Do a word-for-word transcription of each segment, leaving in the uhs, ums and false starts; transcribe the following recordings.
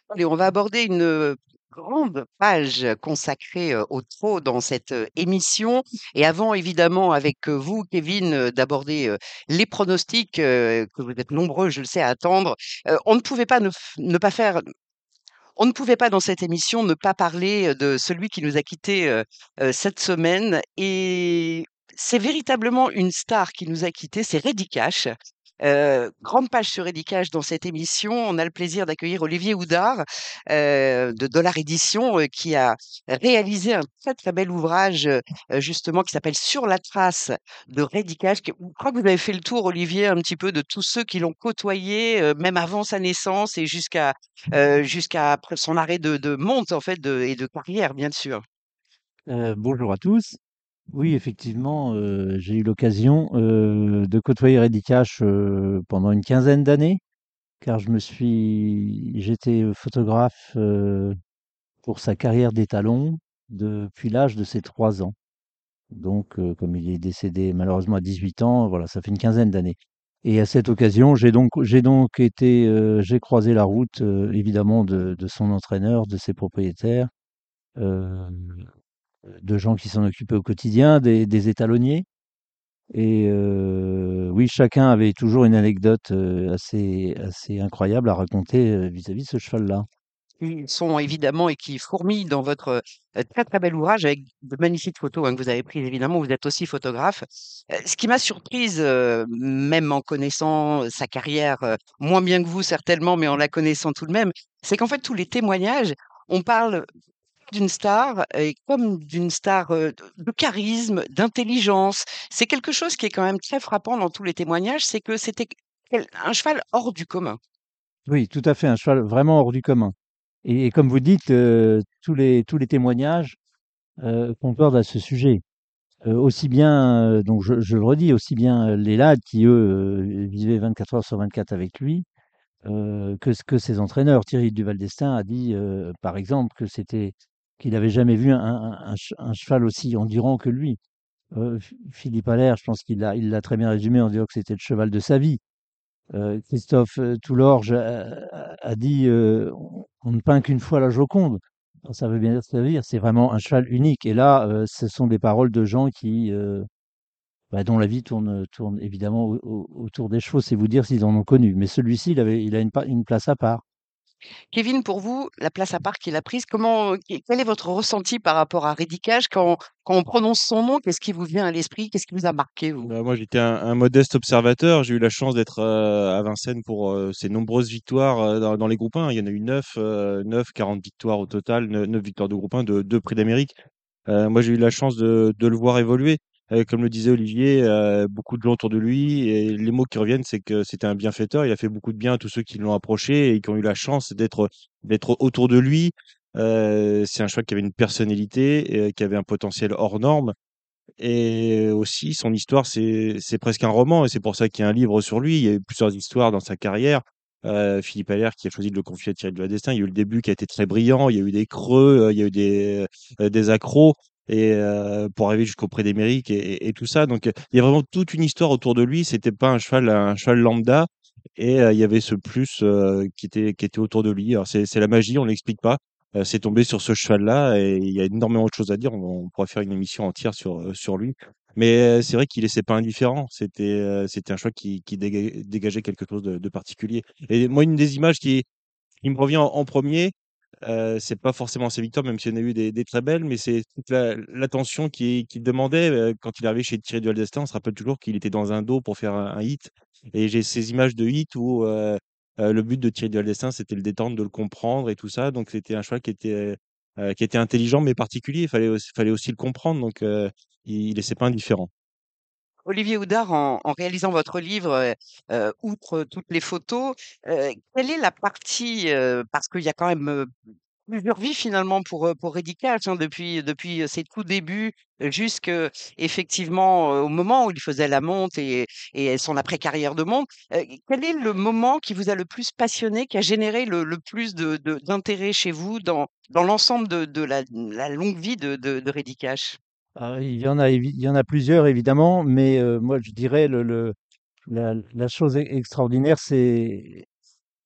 Allez, on va aborder une, heu, grande page consacrée, heu, au trot dans cette, heu, émission et avant évidemment avec, heu, vous Kevin, heu, d'aborder, heu, les pronostics, heu, que vous êtes nombreux, je le sais, à attendre, heu, on ne pouvait pas ne f ne pas faire on ne pouvait pas dans cette émission ne pas parler, heu, de celui qui nous a quittés, heu heu, cette semaine et c'est véritablement une star qui nous a quittés, c'est Reddy Cash. Heu, grande page sur Reddy Cash dans cette émission. On a le plaisir d'accueillir Olivier Houdard, heu, de Dollar Édition, heu, qui a réalisé un très, très bel ouvrage, heu heu, justement qui s'appelle «Sur la trace de Reddy Cash». Que je crois que vous avez fait le tour, Olivier, un petit peu de tous ceux qui l'ont côtoyé, heu, même avant sa naissance et jusqu'à Heu, jusqu'à après son arrêt de de monte en fait de et de carrière, bien sûr. Heu, bonjour à tous. Oui, effectivement, heu, j'ai eu l'occasion, heu, de côtoyer Reddy Cash, heu, pendant une quinzaine d'années, car je me suis j'étais, heu, photographe, heu, pour sa carrière d'étalon depuis l'âge de ses trois ans. Donc, heu, comme il est décédé malheureusement à dix-huit ans, voilà, ça fait une quinzaine d'années. Et à cette occasion, j'ai donc j'ai donc été, heu, j'ai croisé la route, heu, évidemment de de son entraîneur, de ses propriétaires, hem de gens qui s'en occupaient au quotidien, des, des étalonniers. Et euh, oui, chacun avait toujours une anecdote euh, assez, assez incroyable à raconter euh, vis-à-vis de ce cheval-là. Ils sont évidemment et qui fourmillent dans votre, heu, très, très bel ouvrage avec de magnifiques photos, hein, que vous avez prises évidemment, vous êtes aussi photographe. Heu, ce qui m'a surprise, heu, même en connaissant, sa carrière, heu, moins bien que vous certainement, mais en la connaissant tout de même, c'est qu'en fait tous les témoignages, on parle d'une star et comme d'une star, heu, de de charisme, d'intelligence. C'est quelque chose qui est quand même très frappant dans tous les témoignages, c'est que c'était quel un cheval hors du commun. Oui, tout à fait, un cheval vraiment hors du commun. Et, et comme vous dites, euh, tous les, tous les témoignages euh, concordent à ce sujet. Euh, aussi bien, euh, donc je, je le redis, aussi bien euh, les lads qui, eux, euh, vivaient vingt-quatre heures sur vingt-quatre avec lui, euh, que, que ses entraîneurs. Thierry Duval d'Estaing a dit, euh, par exemple, que c'était qu'il n'avait jamais vu un, un- un che- un cheval aussi endurant que lui. Euh, Ph- Philippe Allaire, je pense qu'il l'a, il l'a très bien résumé en disant que c'était le cheval de sa vie. Euh, Christophe euh, Toulorge a, a- a dit euh, on on ne peint qu'une fois la Joconde. Alors, ça veut bien dire ce que ça veut dire. C'est vraiment un cheval unique. Et là, euh, ce sont des paroles de gens qui, euh, bah, dont la vie tourne, tourne évidemment au- au- autour des chevaux. C'est vous dire s'ils en ont connu. Mais celui-ci, il avait, il a une, pa- une place à part. Kevin, pour vous, la place à part qu'il a prise, comment, quel quel est votre ressenti par rapport à Reddy Cash quand quand on prononce son nom? Qu'est-ce qui vous vient à l'esprit? Qu'est-ce qui vous a marqué, vous? Bah, moi, j'étais un, un modeste observateur. J'ai eu la chance d'être euh, à Vincennes pour euh, ces nombreuses victoires euh, dans, dans les groupes un. Il y en a eu neuf, euh, neuf, quarante victoires au total, neuf victoires de groupe un, de deux prix d'Amérique. Euh, moi, j'ai eu la chance de, de le voir évoluer. Euh, comme le disait Olivier, euh, beaucoup de gens autour de lui. Et les mots qui reviennent, c'est que c'était un bienfaiteur. Il a fait beaucoup de bien à tous ceux qui l'ont approché et qui ont eu la chance d'être d'être autour de lui. Euh, c'est un choix qui avait une personnalité, euh, qui avait un potentiel hors norme. Et aussi, son histoire, c'est c'est presque un roman, et c'est pour ça qu'il y a un livre sur lui. Il y a eu plusieurs histoires dans sa carrière. Euh, Philippe Allaire qui a choisi de le confier à Thierry de Destin. Il y a eu le début qui a été très brillant. Il y a eu des creux, euh, il y a eu des, euh, des accros, et euh, pour arriver jusqu'au Prix d'Amérique et, et, et tout ça. Donc, euh, il y a vraiment toute une histoire autour de lui. C'était pas un cheval, un cheval lambda. Et euh, il y avait ce plus euh, qui était, qui était autour de lui. Alors, c'est c'est la magie, on l'explique pas. Heu, c'est tombé sur ce cheval-là et il y a énormément de choses à dire. On on pourrait faire une émission entière sur, heu, sur lui. Mais, heu, c'est vrai qu'il laissait pas indifférent. C'était, heu, c'était un choix qui qui déga dégageait quelque chose de de particulier. Et moi, une des images qui qui me revient en en un, heu, c'est pas forcément ses victoires, même s'il y en a eu des des très belles, mais c'est toute la l'attention qu'il qu'il demandait, heu, quand il est arrivé chez Thierry Duval d'Estaing. On se rappelle toujours qu'il était dans un dos pour faire un un hit, et j'ai ces images de hit où, heu heu, le but de Thierry Duval d'Estaing, c'était de le détendre, de le comprendre et tout ça. Donc c'était un choix qui était, heu, qui était intelligent mais particulier. Il fallait aussi fallait aussi le comprendre, donc heu, il il laissait pas indifférent. Olivier Houdard, en en réalisant votre livre, heu heu, outre toutes les photos, heu, quelle est la partie, heu, parce qu'il y a quand même, heu, plusieurs vies finalement pour, heu, pour Reddy Cash, hein, depuis depuis, heu, ses tout débuts, heu, jusque effectivement, heu, au moment où il faisait la monte et et son après carrière de monte. Heu, quel est le moment qui vous a le plus passionné, qui a généré le le plus de de d'intérêt chez vous dans dans l'ensemble de de la la longue vie de de de Reddy Cash? Ah, il y en a, évi- il y en a plusieurs évidemment, mais euh, moi je dirais le, le- la, la chose e- extraordinaire, c'est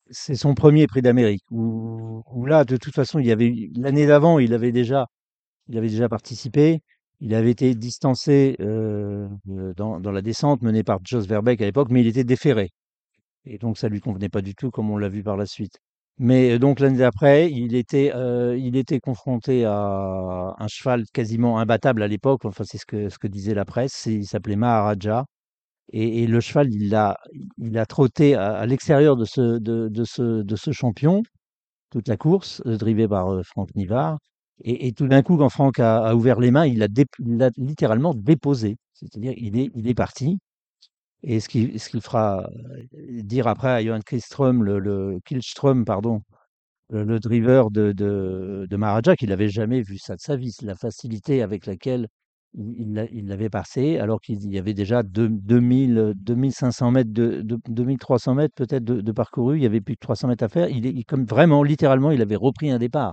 c'est son premier prix d'Amérique. Où, où là, de toute façon, il y avait eu- l'année d'avant, il avait déjà, il avait déjà participé. Il avait été distancé euh, euh, dans, dans la descente menée par Jos Verbeek à l'époque, mais il était déféré. Et donc, ça lui convenait pas du tout, comme on l'a vu par la suite. Mais euh, donc l'année d'après, il était, euh, il était confronté à un cheval quasiment imbattable à l'époque. Enfin, c'est ce que, ce que disait la presse. C'est- Il s'appelait Maharaja. Et, et le cheval, il a, il a trotté à, à l'extérieur de ce, de, de ce, de ce champion toute la course, euh, drivé par euh, Franck Nivard. Et, et tout d'un coup, quand Franck a, a ouvert les mains, il l'a dé- il l'a littéralement déposé. C'est-à-dire, il est, il est parti. Et ce qui, ce qu'il fera euh, dire après à Johan Kihlström, le, le Kihlström, pardon, le, le driver de, de, de Maharaja, qu'il n'avait jamais vu ça de sa vie, c'est la facilité avec laquelle il il l'a- il l'avait passé, alors qu'il y avait déjà deux- 2000, euh, deux mille cinq cents mètres, de, de- deux mille trois cents mètres peut-être de, de parcouru, il y avait plus de trois cents mètres à faire. Il est il- comme vraiment, littéralement, il avait repris un départ.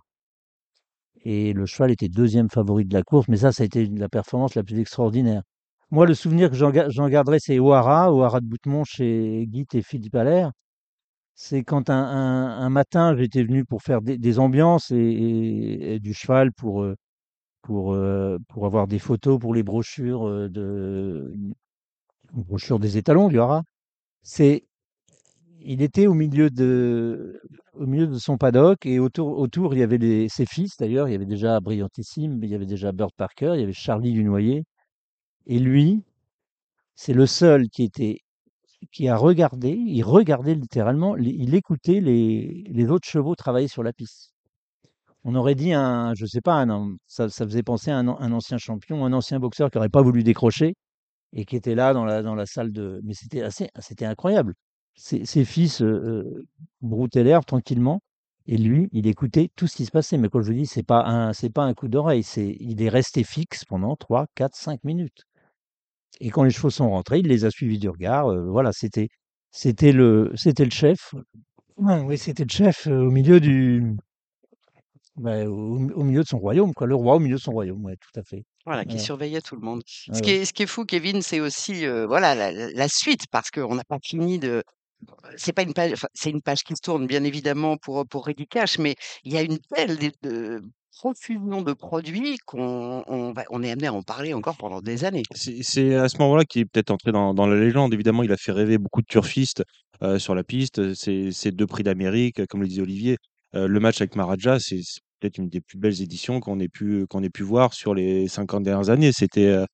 Et le cheval était deuxième favori de la course, mais ça, ça a été la performance la plus extraordinaire. Moi, le souvenir que j'en ga- j'en garderai, c'est O'Hara, O'Hara de Boutemont chez Guy et Philippe Allaire. C'est quand un, un- un matin, j'étais venu pour faire des, des ambiances et, et- et du cheval pour, euh, pour, euh, pour avoir des photos pour les brochures, euh, de, les brochures des étalons du Haras. C'est, il était au milieu de, au milieu de son paddock et autour, autour il y avait les, ses fils d'ailleurs. Il y avait déjà Brillantissime, mais il y avait déjà Bird Parker, il y avait Charlie Dunoyer. Et lui, c'est le seul qui était, qui a regardé, il regardait littéralement, il il écoutait les, les autres chevaux travailler sur la piste. On aurait dit un, je sais pas, un, an- ça, ça faisait penser à un, an- un ancien champion, un ancien boxeur qui n'aurait pas voulu décrocher et qui était là dans la, dans la salle de. Mais c'était assez, c'était incroyable. Ses, ses fils euh, euh, broutaient l'herbe tranquillement et lui, il écoutait tout ce qui se passait. Mais comme je vous dis, c'est pas un, c'est pas un coup d'oreille, c'est, il est resté fixe pendant trois, quatre, cinq minutes. Et quand les chevaux sont rentrés, il les a suivis du regard. Euh, voilà, c'était, c'était le, c'était le chef. Ouais, oui, c'était le chef euh, au milieu du, bah, au au milieu de son royaume, quoi. Le roi au milieu de son royaume, ouais, tout à fait. Voilà, qui Voilà. surveillait tout le monde. Ouais, Ce qui ouais. est ce qui est fou, Kevin, c'est aussi, heu, voilà, la la la suite parce qu'on n'a pas fini de c'est pas une page enfin, c'est une page qui se tourne bien évidemment pour, pour Reddy Cash, mais il y a une telle dé de profusion de produits qu'on on va on est amené à en parler encore pendant des années. C'est c'est à ce moment-là qu'il est peut-être entré dans dans la légende. Évidemment, il a fait rêver beaucoup de turfistes, heu, sur la piste, heu, ces ces deux prix d'Amérique, heu, comme le disait Olivier. Heu, le match avec Maharaja, c'est c'est peut-être une des plus belles éditions qu'on ait pu qu'on ait pu voir sur les cinquante dernières années. C'était, heu,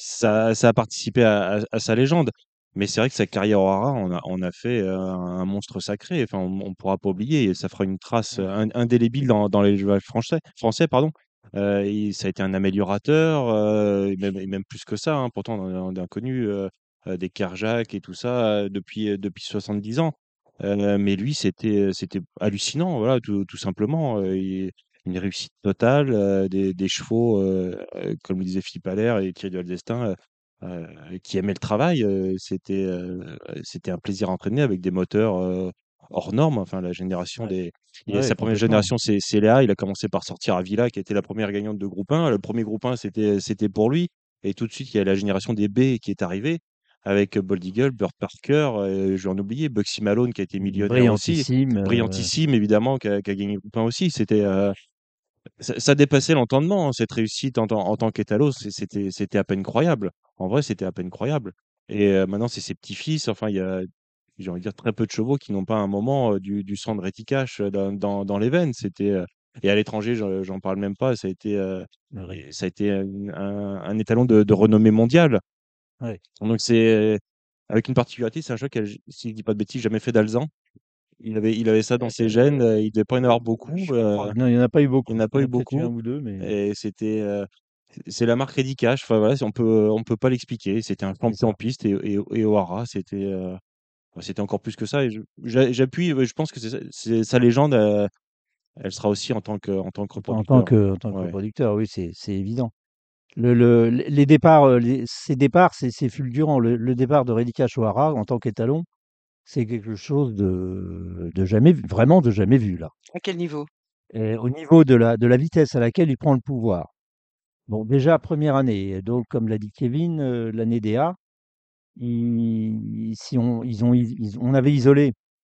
ça ça a participé à à à sa légende. Mais c'est vrai que sa carrière au Hara, on a on a fait, heu, un monstre sacré. Enfin, on on pourra pas oublier et ça fera une trace, heu, Mmh. in indélébile dans dans les joueurs français français, pardon. Heu, et ça a été un améliorateur, heu, et même et même plus que ça, hein. Pourtant on en a connu, heu heu, des Kerjak et tout ça, heu, depuis, heu, depuis soixante-dix ans. Heu, mais lui, c'était, c'était hallucinant, voilà, tout tout simplement, heu, et une réussite totale, heu, des des chevaux, heu heu, comme le disait Philippe Allaire et Thierry Duval d'Estaing, heu heu, qui aimaient le travail, heu, c'était, heu, c'était un plaisir à entraîner avec des moteurs, heu, hors normes. Enfin, la génération Ouais. des et Ouais, sa première complètement. génération, c'est c'est Léa. Il a commencé par sortir à Villa, qui était la première gagnante de groupe un. Le premier groupe un, c'était c'était pour lui. Et tout de suite, il y a la génération des B qui est arrivée avec Bold Eagle, Bird Parker, euh, je vais en oublier, Bugsy Malone qui a été millionnaire aussi, Brillantissime. euh, Brillantissime évidemment qui a, qui a gagné le groupe un aussi. C'était euh, ça, ça dépassait l'entendement, hein, cette réussite en, tant en tant qu'étalos. C'est- C'était c'était à peine croyable. En vrai, c'était à peine croyable. Et euh, maintenant, c'est ses petits-fils. Enfin, il y a, j'ai envie de dire, très peu de chevaux qui n'ont pas un moment euh, du, du sang de Réticache euh, dans, dans, dans les veines. C'était, euh, et à l'étranger, j'en j'en parle même pas. Ça a été, euh, ouais. et ça a été un, un- un étalon de, de renommée mondiale. Ouais. Donc, c'est avec une particularité, c'est un chat qui a, si je dis pas de bêtises, jamais fait d'alezan. Il avait, il avait ça dans ses gènes. Euh, euh, Il devait pas y en avoir beaucoup. je euh, crois. Non, il n'y en a pas eu il beaucoup. n'y en a Il pas y eu en a peut-être eu un beaucoup. ou deux, mais Et c'était, heu, c'est c'est la marque Ready Cash. Enfin voilà, on peut on peut pas l'expliquer. C'était un c'est champion en ça. piste et et et au Hara, c'était, heu, bah, c'était encore plus que ça et je j'a j'appuie, ouais, je pense que c'est ça c'est sa légende, heu, elle sera aussi en tant que en tant que En, tant en tant reproducteur. que, en tant que Ouais. producteur, oui, c'est c'est évident. Le, le- les départs, euh, les- ces départs, c'est c'est fulgurant. Le, le départ de Redika Chouara en tant qu'étalon, c'est quelque chose de, de jamais vu, vraiment de jamais vu là. À quel niveau? Et au niveau de la, de la vitesse à laquelle il prend le pouvoir. Bon, déjà, première année, donc comme l'a dit Kevin, euh, l'année D A, ils, si on, ils ont, ils- on avait isolé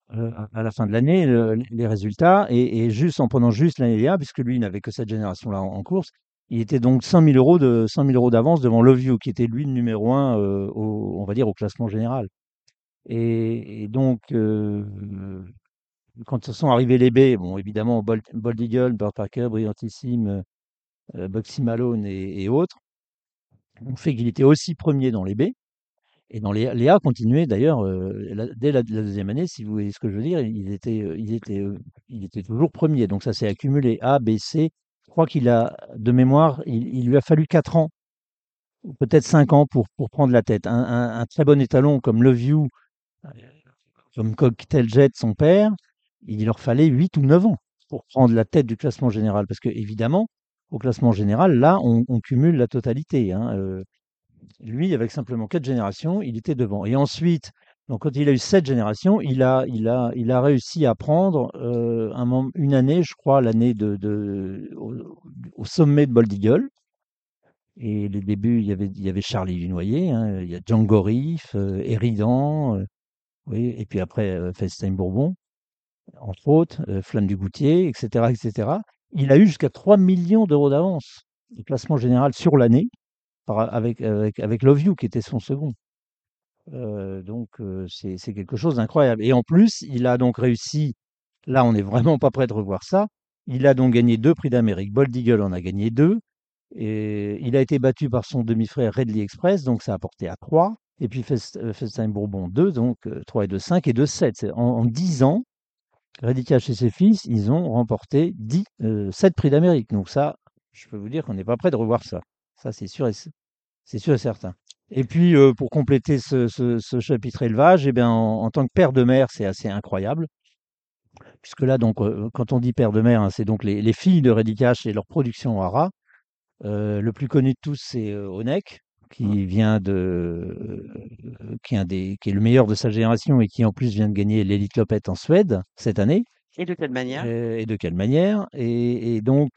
euh, à à la fin de l'année le- les résultats et, et juste en prenant juste l'année dernière, puisque lui il n'avait que cette génération-là en, en course, il était donc cent mille euros de cent mille euros d'avance devant Love You, qui était lui le numéro un, euh, au, on va dire au classement général. Et, et donc euh, quand sont arrivés les B, bon évidemment Bold, Bold Eagle, Bird Parker, Brillantissime, euh, Bugsy Malone et, et autres, ont fait qu'il était aussi premier dans les B. Et dans les, les A continuaient d'ailleurs, euh, la- dès la, la deuxième année, si vous voyez ce que je veux dire, ils étaient, euh, ils étaient, euh, ils étaient toujours premiers. Donc ça s'est accumulé A, B, C. Je crois qu'il a, de mémoire, il, il lui a fallu quatre ans, ou peut-être cinq ans pour, pour prendre la tête. Un, un- un très bon étalon comme Love You, euh, comme Cocktail Jet, son père, il leur fallait huit ou neuf ans pour prendre la tête du classement général. Parce que évidemment, au classement général, là, on, on cumule la totalité, hein. Euh, lui, avec simplement quatre générations, il était devant. Et ensuite, donc quand il a eu sept générations, il a, il a, il a réussi à prendre euh, un mom- une année, je crois, l'année de, de- au, au sommet de Bold Eagle. Et les débuts, il y avait, il y avait Charlie Dunoyer, hein, il y a Django Riff, euh, Eridan, euh, oui, et puis après euh, Festin Bourbon, entre autres, euh, Flamme du Goutier, et cetera, et cetera. Il a eu jusqu'à trois millions d'euros d'avance au classement général sur l'année par- avec, avec, avec Love You, qui était son second. Heu, donc heu, c'est c'est quelque chose d'incroyable et en plus, il a donc réussi, là, on n'est vraiment pas prêt de revoir ça. Il a donc gagné deux prix d'Amérique. Bold Eagle en a gagné deux et il a été battu par son demi-frère Redley Express, donc ça a porté à trois et puis Fest heu, Festin Bourbon deux, donc heu, trois et deux, cinq et deux, sept. C'est en en dix ans, Reddy Cash et ses fils, ils ont remporté dix, heu, sept prix d'Amérique. Donc ça, je peux vous dire qu'on n'est pas prêt de revoir ça. Ça, c'est sûr et c c'est sûr et certain. Et puis, heu, pour compléter ce ce ce chapitre élevage, eh bien, en en tant que père de mère, c'est assez incroyable, puisque là, donc, heu, quand on dit père de mère, hein, c'est donc les les filles de Reddy Cash et leur production Haras. Heu, le plus connu de tous, c'est, heu, Honeck, qui vient de, heu, qui est un des qui est le meilleur de sa génération et qui, en plus, vient de gagner l'Elite Lopette en Suède, cette année. Et de quelle manière? Heu et de quelle manière? Et et donc,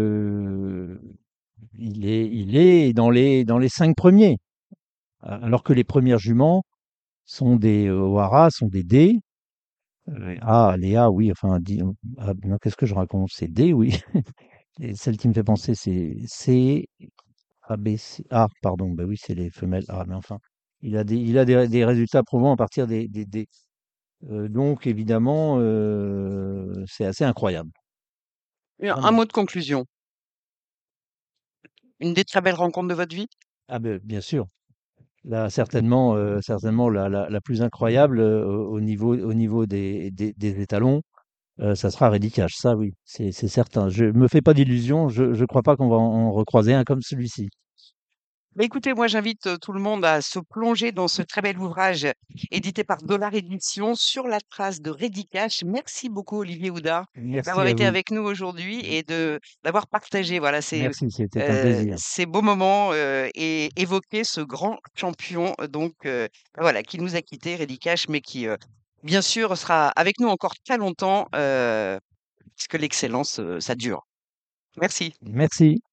heu, il est il est dans les dans les cinq premiers. A alors que les premières juments sont des, heu, O'Hara, sont des D. Heu, A, les A, oui, enfin, di ah, non, qu'est-ce que je raconte? C'est D, oui. Et celle qui me fait penser, c'est C, A, B, C. Ah, pardon, bah oui, c'est les femelles A, mais enfin, il a des, il a des, des résultats probants à partir des, des D. Euh, donc, évidemment, euh, c'est assez incroyable, Un un vraiment. mot de conclusion. Une des très belles rencontres de votre vie? Ah, ben, bien sûr. Là, certainement, euh, certainement la, la, la plus incroyable euh, au au niveau, au niveau des, des, des étalons. Heu, ça sera Reddy Cash, ça oui, c'est c'est certain. Je me fais pas d'illusions, je je crois pas qu'on va en en recroiser un comme celui-ci. Bah, écoutez, moi, j'invite, heu, tout le monde à se plonger dans ce très bel ouvrage édité par Dollard Éditions sur la trace de Reddy Cash. Merci beaucoup Olivier Houdard Merci d'avoir à été vous. avec nous aujourd'hui et de d'avoir partagé, voilà, ces, Merci, c'était un heu, plaisir. ces beaux moments, heu et évoqué ce grand champion, heu, donc heu, bah, voilà, qui nous a quittés, Reddy Cash, mais qui, heu, bien sûr, sera avec nous encore très longtemps, heu, puisque l'excellence, heu, ça dure. Merci. Merci.